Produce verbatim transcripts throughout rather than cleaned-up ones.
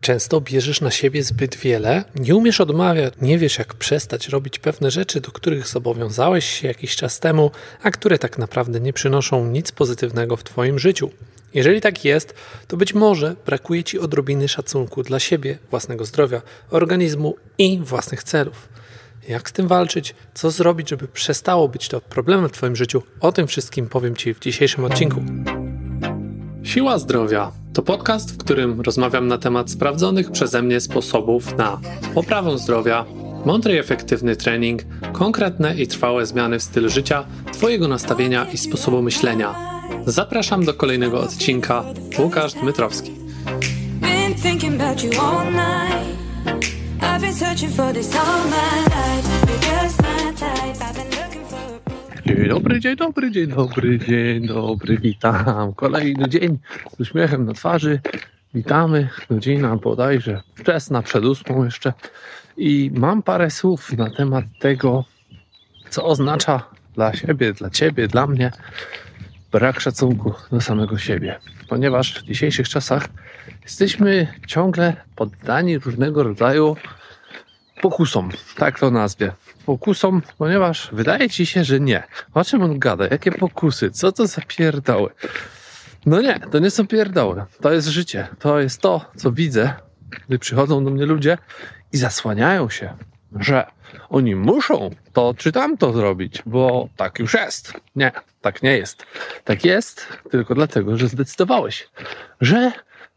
Często bierzesz na siebie zbyt wiele, nie umiesz odmawiać, nie wiesz jak przestać robić pewne rzeczy, do których zobowiązałeś się jakiś czas temu, a które tak naprawdę nie przynoszą nic pozytywnego w Twoim życiu. Jeżeli tak jest, to być może brakuje Ci odrobiny szacunku dla siebie, własnego zdrowia, organizmu i własnych celów. Jak z tym walczyć? Co zrobić, żeby przestało być to problemem w Twoim życiu? O tym wszystkim powiem Ci w dzisiejszym odcinku. Siła Zdrowia to podcast, w którym rozmawiam na temat sprawdzonych przeze mnie sposobów na poprawę zdrowia, mądry i efektywny trening, konkretne i trwałe zmiany w stylu życia, Twojego nastawienia i sposobu myślenia. Zapraszam do kolejnego odcinka. Łukasz Dmytrowski. Dzień dobry, dzień dobry, dzień dobry, dzień dobry, witam. Kolejny dzień z uśmiechem na twarzy. Witamy, godzina bodajże wczesna, przed ósmą jeszcze. I mam parę słów na temat tego, co oznacza dla siebie, dla Ciebie, dla mnie brak szacunku do samego siebie. Ponieważ w dzisiejszych czasach jesteśmy ciągle poddani różnego rodzaju pokusom, tak to nazwie. Pokusom, ponieważ wydaje Ci się, że nie. O czym on gada? Jakie pokusy? Co to za pierdoły? No nie, to nie są pierdoły. To jest życie. To jest to, co widzę, gdy przychodzą do mnie ludzie i zasłaniają się, że oni muszą to czy tamto zrobić, bo tak już jest. Nie, tak nie jest. Tak jest tylko dlatego, że zdecydowałeś, że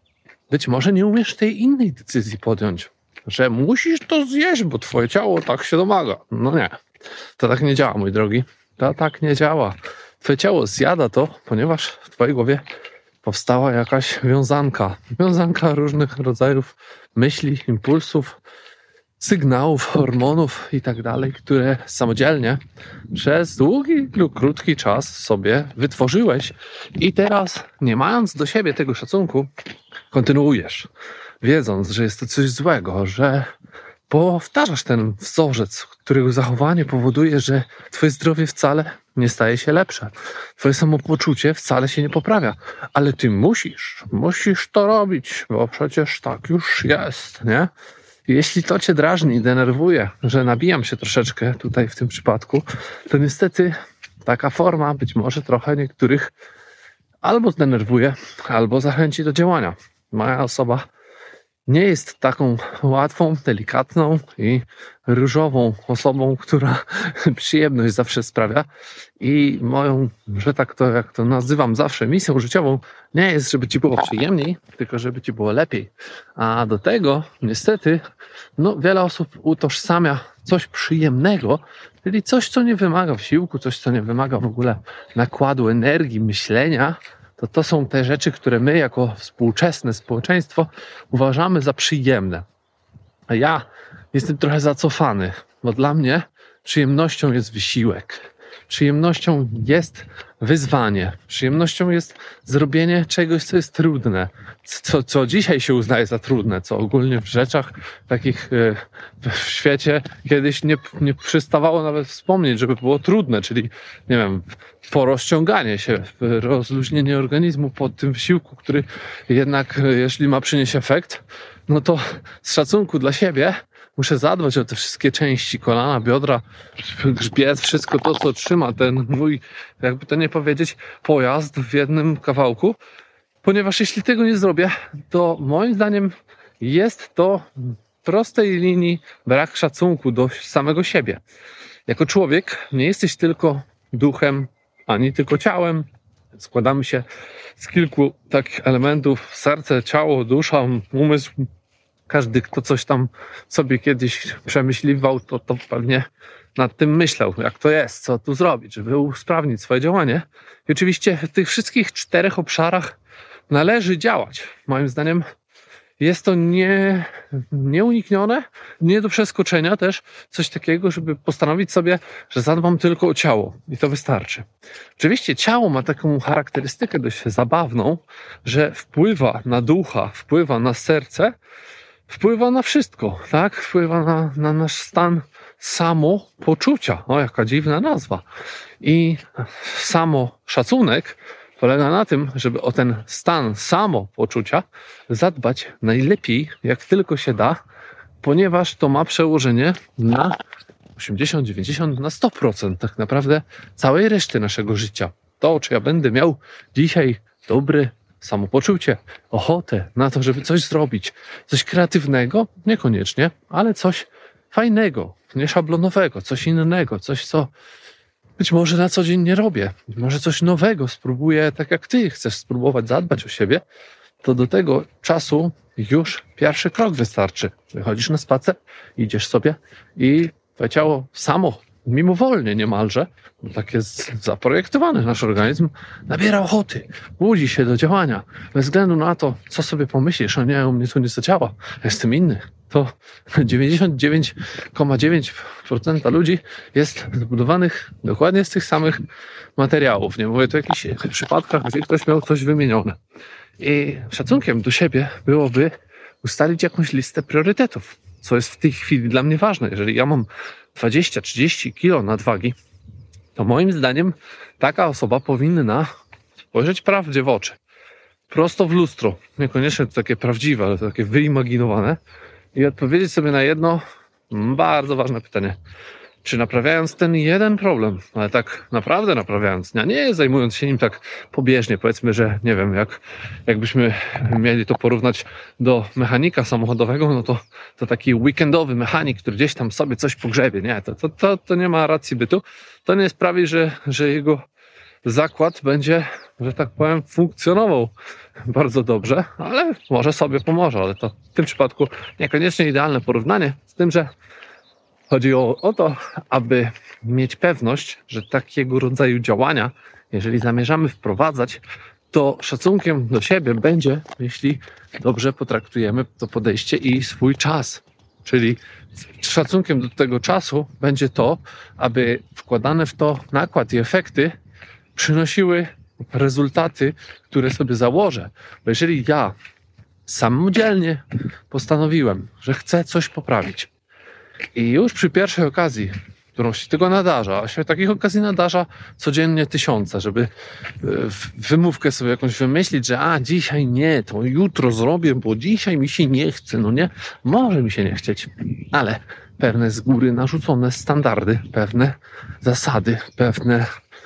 być może nie umiesz tej innej decyzji podjąć. Że musisz to zjeść, bo twoje ciało tak się domaga. No nie, to tak nie działa, mój drogi. To tak nie działa. Twoje ciało zjada to, ponieważ w twojej głowie powstała jakaś wiązanka. Wiązanka różnych rodzajów myśli, impulsów, sygnałów, hormonów i tak dalej, które samodzielnie przez długi lub krótki czas sobie wytworzyłeś i teraz, nie mając do siebie tego szacunku, kontynuujesz. Wiedząc, że jest to coś złego, że powtarzasz ten wzorzec, którego zachowanie powoduje, że twoje zdrowie wcale nie staje się lepsze. Twoje samopoczucie wcale się nie poprawia. Ale ty musisz, musisz to robić, bo przecież tak już jest, nie? Jeśli to cię drażni i denerwuje, że nabijam się troszeczkę tutaj w tym przypadku, to niestety taka forma być może trochę niektórych albo zdenerwuje, albo zachęci do działania. Moja osoba nie jest taką łatwą, delikatną i różową osobą, która przyjemność zawsze sprawia. I moją, że tak to jak to nazywam zawsze, misją życiową nie jest, żeby ci było przyjemniej, tylko żeby ci było lepiej. A do tego niestety no, wiele osób utożsamia coś przyjemnego, czyli coś, co nie wymaga wysiłku, coś, co nie wymaga w ogóle nakładu energii, myślenia. To to są te rzeczy, które my jako współczesne społeczeństwo uważamy za przyjemne. A ja jestem trochę zacofany, bo dla mnie przyjemnością jest wysiłek. Przyjemnością jest wyzwanie. Przyjemnością jest zrobienie czegoś, co jest trudne. Co, co dzisiaj się uznaje za trudne, co ogólnie w rzeczach takich w świecie kiedyś nie, nie przystawało nawet wspomnieć, żeby było trudne, czyli nie wiem, porozciąganie się, rozluźnienie organizmu po tym wysiłku, który jednak jeśli ma przynieść efekt, no to z szacunku dla siebie muszę zadbać o te wszystkie części, kolana, biodra, grzbiet, wszystko to, co trzyma ten mój, jakby to nie powiedzieć, pojazd w jednym kawałku. Ponieważ jeśli tego nie zrobię, to moim zdaniem jest to w prostej linii brak szacunku do samego siebie. Jako człowiek nie jesteś tylko duchem, ani tylko ciałem. Składamy się z kilku takich elementów: serce, ciało, dusza, umysł. Każdy, kto coś tam sobie kiedyś przemyśliwał, to, to pewnie nad tym myślał, jak to jest, co tu zrobić, żeby usprawnić swoje działanie. I oczywiście w tych wszystkich czterech obszarach należy działać. Moim zdaniem jest to nie, nieuniknione, nie do przeskoczenia też coś takiego, żeby postanowić sobie, że zadbam tylko o ciało i to wystarczy. Oczywiście ciało ma taką charakterystykę dość zabawną, że wpływa na ducha, wpływa na serce, wpływa na wszystko, tak? Wpływa na, na nasz stan samopoczucia. O, jaka dziwna nazwa. I samo szacunek polega na tym, żeby o ten stan samopoczucia zadbać najlepiej, jak tylko się da, ponieważ to ma przełożenie na osiemdziesiąt, dziewięćdziesiąt, na sto procent tak naprawdę całej reszty naszego życia. To, czy ja będę miał dzisiaj dobre samopoczucie, ochotę na to, żeby coś zrobić, coś kreatywnego, niekoniecznie, ale coś fajnego, nieszablonowego, coś innego, coś, co być może na co dzień nie robię, może coś nowego spróbuję, tak jak ty chcesz spróbować zadbać o siebie, to do tego czasu już pierwszy krok wystarczy. Wychodzisz na spacer, idziesz sobie i twoje ciało samo, mimowolnie niemalże, bo tak jest zaprojektowany nasz organizm, nabiera ochoty, budzi się do działania, bez względu na to, co sobie pomyślisz, a nie, u mnie to nie zadziała, jestem inny. To dziewięćdziesiąt dziewięć przecinek dziewięć procent ludzi jest zbudowanych dokładnie z tych samych materiałów. Nie mówię tu o jakichś przypadkach, gdzie ktoś miał coś wymienione. I szacunkiem do siebie byłoby ustalić jakąś listę priorytetów, co jest w tej chwili dla mnie ważne. Jeżeli ja mam dwadzieścia trzydzieści kilo nadwagi, to moim zdaniem taka osoba powinna spojrzeć prawdzie w oczy. Prosto w lustro. Niekoniecznie to takie prawdziwe, ale to takie wyimaginowane. I odpowiedzieć sobie na jedno bardzo ważne pytanie. Czy naprawiając ten jeden problem, ale tak naprawdę naprawiając, a nie zajmując się nim tak pobieżnie, powiedzmy, że nie wiem, jak, jakbyśmy mieli to porównać do mechanika samochodowego, no to, to taki weekendowy mechanik, który gdzieś tam sobie coś pogrzebie, nie, to, to, to, to nie ma racji bytu. To nie sprawi, że, że jego zakład będzie, że tak powiem, funkcjonował bardzo dobrze, ale może sobie pomoże, ale to w tym przypadku niekoniecznie idealne porównanie, z tym, że chodzi o, o to, aby mieć pewność, że takiego rodzaju działania, jeżeli zamierzamy wprowadzać, to szacunkiem do siebie będzie, jeśli dobrze potraktujemy to podejście i swój czas. Czyli szacunkiem do tego czasu będzie to, aby wkładane w to nakład i efekty przynosiły rezultaty, które sobie założę. Bo jeżeli ja samodzielnie postanowiłem, że chcę coś poprawić i już przy pierwszej okazji, którą się tylko nadarza, a się takich okazji nadarza codziennie tysiące, żeby wymówkę sobie jakąś wymyślić, że a dzisiaj nie, to jutro zrobię, bo dzisiaj mi się nie chce, no nie, może mi się nie chcieć, ale pewne z góry narzucone standardy, pewne zasady, pewne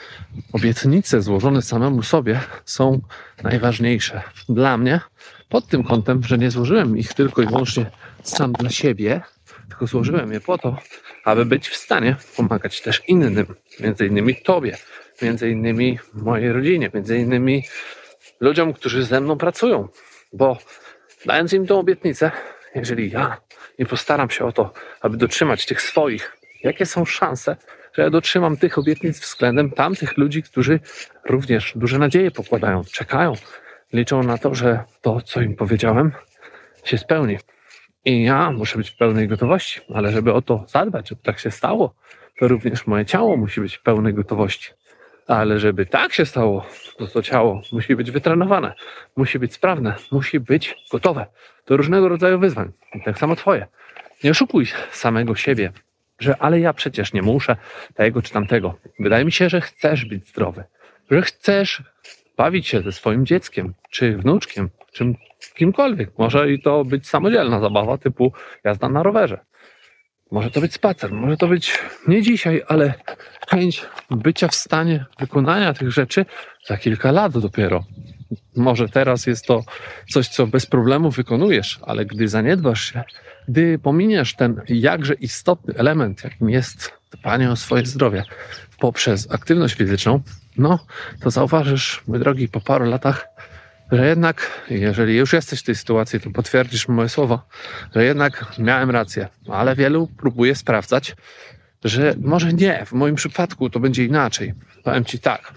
obietnice złożone samemu sobie są najważniejsze dla mnie pod tym kątem, że nie złożyłem ich tylko i wyłącznie sam dla siebie, tylko złożyłem je po to, aby być w stanie pomagać też innym, między innymi tobie, między innymi mojej rodzinie, między innymi ludziom, którzy ze mną pracują, bo dając im tą obietnicę, jeżeli ja nie postaram się o to, aby dotrzymać tych swoich, jakie są szanse, że ja dotrzymam tych obietnic względem tamtych ludzi, którzy również duże nadzieje pokładają, czekają, liczą na to, że to, co im powiedziałem, się spełni. I ja muszę być w pełnej gotowości, ale żeby o to zadbać, żeby tak się stało, to również moje ciało musi być w pełnej gotowości. Ale żeby tak się stało, to to ciało musi być wytrenowane, musi być sprawne, musi być gotowe do różnego rodzaju wyzwań. I tak samo twoje. Nie oszukuj samego siebie, że ale ja przecież nie muszę tego czy tamtego. Wydaje mi się, że chcesz być zdrowy, że chcesz bawić się ze swoim dzieckiem, czy wnuczkiem, czy kimkolwiek. Może i to być samodzielna zabawa typu jazda na rowerze. Może to być spacer, może to być nie dzisiaj, ale chęć bycia w stanie wykonania tych rzeczy za kilka lat dopiero. Może teraz jest to coś, co bez problemu wykonujesz, ale gdy zaniedbasz się, gdy pominiesz ten jakże istotny element, jakim jest dbanie o swoje zdrowie poprzez aktywność fizyczną, no to zauważysz, mój drogi, po paru latach, że jednak, jeżeli już jesteś w tej sytuacji, to potwierdzisz moje słowa, że jednak miałem rację, ale wielu próbuje sprawdzać, że może nie, w moim przypadku to będzie inaczej. Powiem ci tak,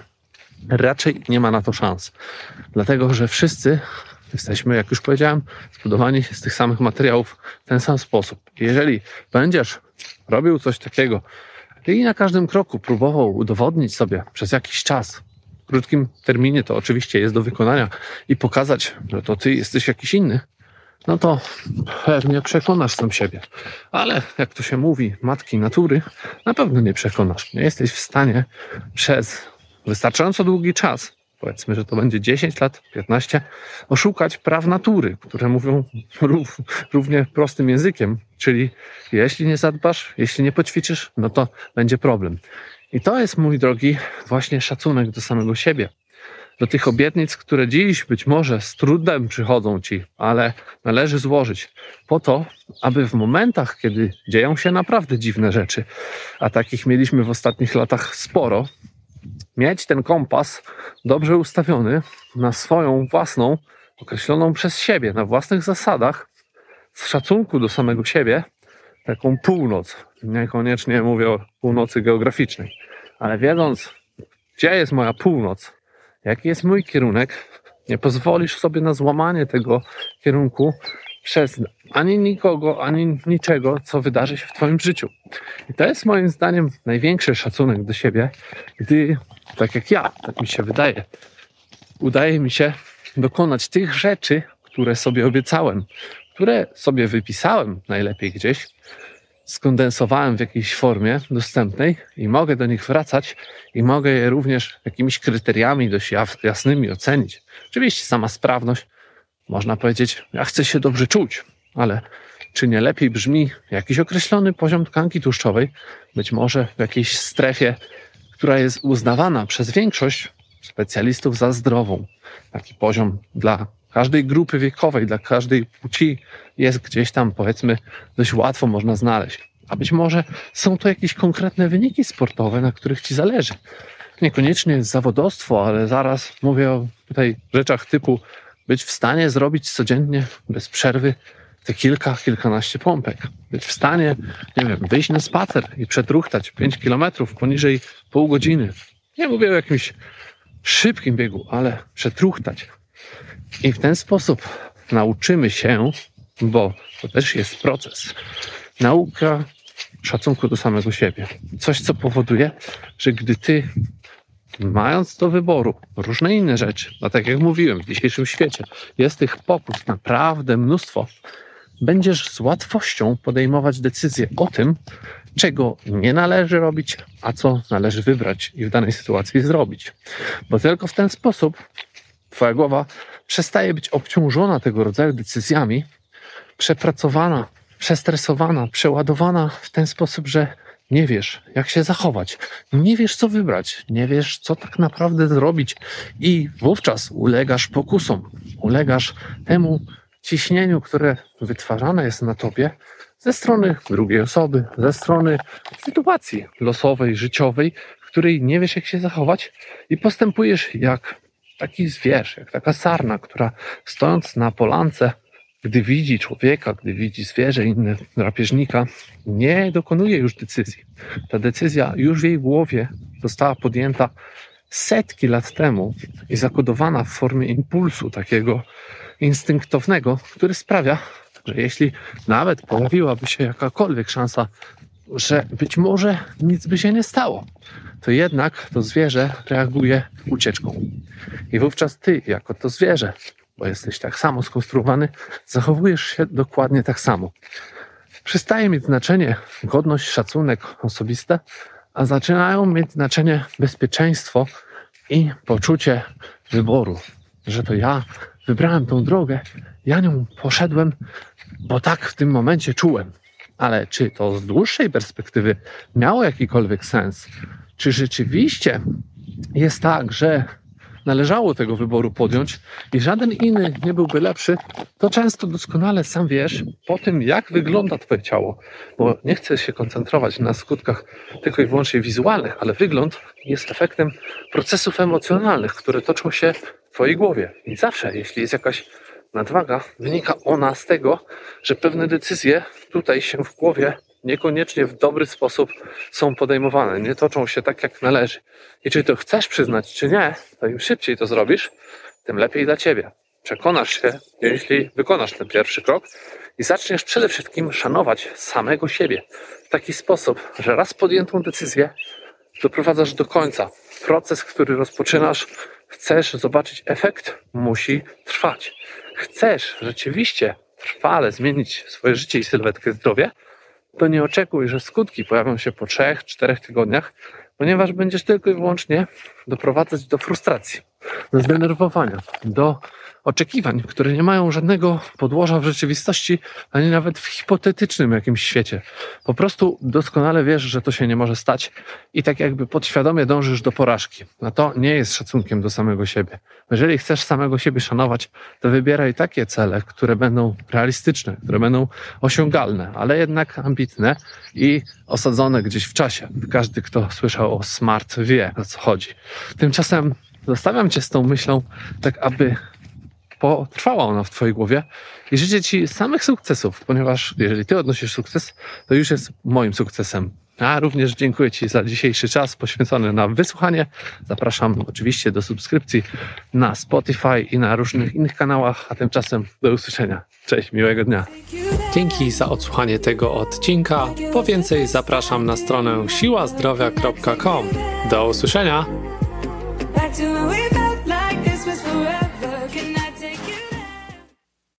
raczej nie ma na to szans, dlatego że wszyscy jesteśmy, jak już powiedziałem, zbudowani z tych samych materiałów w ten sam sposób. Jeżeli będziesz robił coś takiego i na każdym kroku próbował udowodnić sobie przez jakiś czas, w krótkim terminie to oczywiście jest do wykonania i pokazać, że to ty jesteś jakiś inny, no to pewnie przekonasz sam siebie. Ale jak to się mówi, matki natury, na pewno nie przekonasz. Nie jesteś w stanie przez wystarczająco długi czas powiedzmy, że to będzie dziesięć lat, piętnaście, oszukać praw natury, które mówią rów, równie prostym językiem, czyli jeśli nie zadbasz, jeśli nie poćwiczysz, no to będzie problem. I to jest, mój drogi, właśnie szacunek do samego siebie. Do tych obietnic, które dziś być może z trudem przychodzą ci, ale należy złożyć po to, aby w momentach, kiedy dzieją się naprawdę dziwne rzeczy, a takich mieliśmy w ostatnich latach sporo, mieć ten kompas dobrze ustawiony na swoją własną, określoną przez siebie, na własnych zasadach, z szacunku do samego siebie, taką północ. Niekoniecznie mówię o północy geograficznej, ale wiedząc, gdzie jest moja północ, jaki jest mój kierunek, nie pozwolisz sobie na złamanie tego kierunku przez ani nikogo, ani niczego, co wydarzy się w twoim życiu. I to jest moim zdaniem największy szacunek do siebie, gdy, tak jak ja, tak mi się wydaje, udaje mi się dokonać tych rzeczy, które sobie obiecałem, które sobie wypisałem najlepiej gdzieś, skondensowałem w jakiejś formie dostępnej i mogę do nich wracać i mogę je również jakimiś kryteriami dość jasnymi ocenić. Oczywiście sama sprawność, można powiedzieć, ja chcę się dobrze czuć, ale czy nie lepiej brzmi jakiś określony poziom tkanki tłuszczowej, być może w jakiejś strefie, która jest uznawana przez większość specjalistów za zdrową. Taki poziom dla każdej grupy wiekowej, dla każdej płci jest gdzieś tam, powiedzmy, dość łatwo można znaleźć. A być może są to jakieś konkretne wyniki sportowe, na których ci zależy. Niekoniecznie zawodowstwo, ale zaraz mówię o tutaj rzeczach typu być w stanie zrobić codziennie, bez przerwy, te kilka, kilkanaście pompek. Być w stanie, nie wiem, wyjść na spacer i przetruchtać pięć kilometrów poniżej pół godziny. Nie mówię o jakimś szybkim biegu, ale przetruchtać. I w ten sposób nauczymy się, bo to też jest proces, nauka szacunku do samego siebie. Coś, co powoduje, że gdy ty, mając do wyboru różne inne rzeczy, a tak jak mówiłem, w dzisiejszym świecie jest tych pokus naprawdę mnóstwo, będziesz z łatwością podejmować decyzje o tym, czego nie należy robić, a co należy wybrać i w danej sytuacji zrobić. Bo tylko w ten sposób twoja głowa przestaje być obciążona tego rodzaju decyzjami, przepracowana, przestresowana, przeładowana w ten sposób, że nie wiesz, jak się zachować, nie wiesz, co wybrać, nie wiesz, co tak naprawdę zrobić i wówczas ulegasz pokusom, ulegasz temu ciśnieniu, które wytwarzane jest na tobie ze strony drugiej osoby, ze strony sytuacji losowej, życiowej, w której nie wiesz, jak się zachować i postępujesz jak taki zwierz, jak taka sarna, która stojąc na polance, gdy widzi człowieka, gdy widzi zwierzę, inne drapieżnika, nie dokonuje już decyzji. Ta decyzja już w jej głowie została podjęta setki lat temu i zakodowana w formie impulsu takiego instynktownego, który sprawia, że jeśli nawet pojawiłaby się jakakolwiek szansa, że być może nic by się nie stało, to jednak to zwierzę reaguje ucieczką. I wówczas ty, jako to zwierzę, bo jesteś tak samo skonstruowany, zachowujesz się dokładnie tak samo. Przestaje mieć znaczenie godność, szacunek osobiste, a zaczynają mieć znaczenie bezpieczeństwo i poczucie wyboru, że to ja wybrałem tą drogę, ja nią poszedłem, bo tak w tym momencie czułem. Ale czy to z dłuższej perspektywy miało jakikolwiek sens? Czy rzeczywiście jest tak, że należało tego wyboru podjąć i żaden inny nie byłby lepszy, to często doskonale sam wiesz po tym, jak wygląda twoje ciało. Bo nie chcę się koncentrować na skutkach tylko i wyłącznie wizualnych, ale wygląd jest efektem procesów emocjonalnych, które toczą się w twojej głowie. I zawsze, jeśli jest jakaś nadwaga, wynika ona z tego, że pewne decyzje tutaj się w głowie niekoniecznie w dobry sposób są podejmowane, nie toczą się tak, jak należy. I czy to chcesz przyznać, czy nie, to im szybciej to zrobisz, tym lepiej dla ciebie. Przekonasz się, jeśli wykonasz ten pierwszy krok i zaczniesz przede wszystkim szanować samego siebie w taki sposób, że raz podjętą decyzję doprowadzasz do końca. Proces, który rozpoczynasz, chcesz zobaczyć efekt, musi trwać. Chcesz rzeczywiście trwale zmienić swoje życie i sylwetkę, zdrowie, to nie oczekuj, że skutki pojawią się po trzech, czterech tygodniach, ponieważ będziesz tylko i wyłącznie doprowadzać do frustracji. do zdenerwowania, do oczekiwań, które nie mają żadnego podłoża w rzeczywistości, ani nawet w hipotetycznym jakimś świecie. Po prostu doskonale wiesz, że to się nie może stać i tak jakby podświadomie dążysz do porażki. A to nie jest szacunkiem do samego siebie. Jeżeli chcesz samego siebie szanować, to wybieraj takie cele, które będą realistyczne, które będą osiągalne, ale jednak ambitne i osadzone gdzieś w czasie. Każdy, kto słyszał o SMART, wie, o co chodzi. Tymczasem zostawiam cię z tą myślą, tak aby potrwała ona w twojej głowie i życzę ci samych sukcesów, ponieważ jeżeli ty odnosisz sukces, to już jest moim sukcesem. A również dziękuję ci za dzisiejszy czas poświęcony na wysłuchanie. Zapraszam oczywiście do subskrypcji na Spotify i na różnych innych kanałach, a tymczasem do usłyszenia. Cześć, miłego dnia. Dzięki za odsłuchanie tego odcinka. Po więcej zapraszam na stronę siła zdrowia kropka com. Do usłyszenia.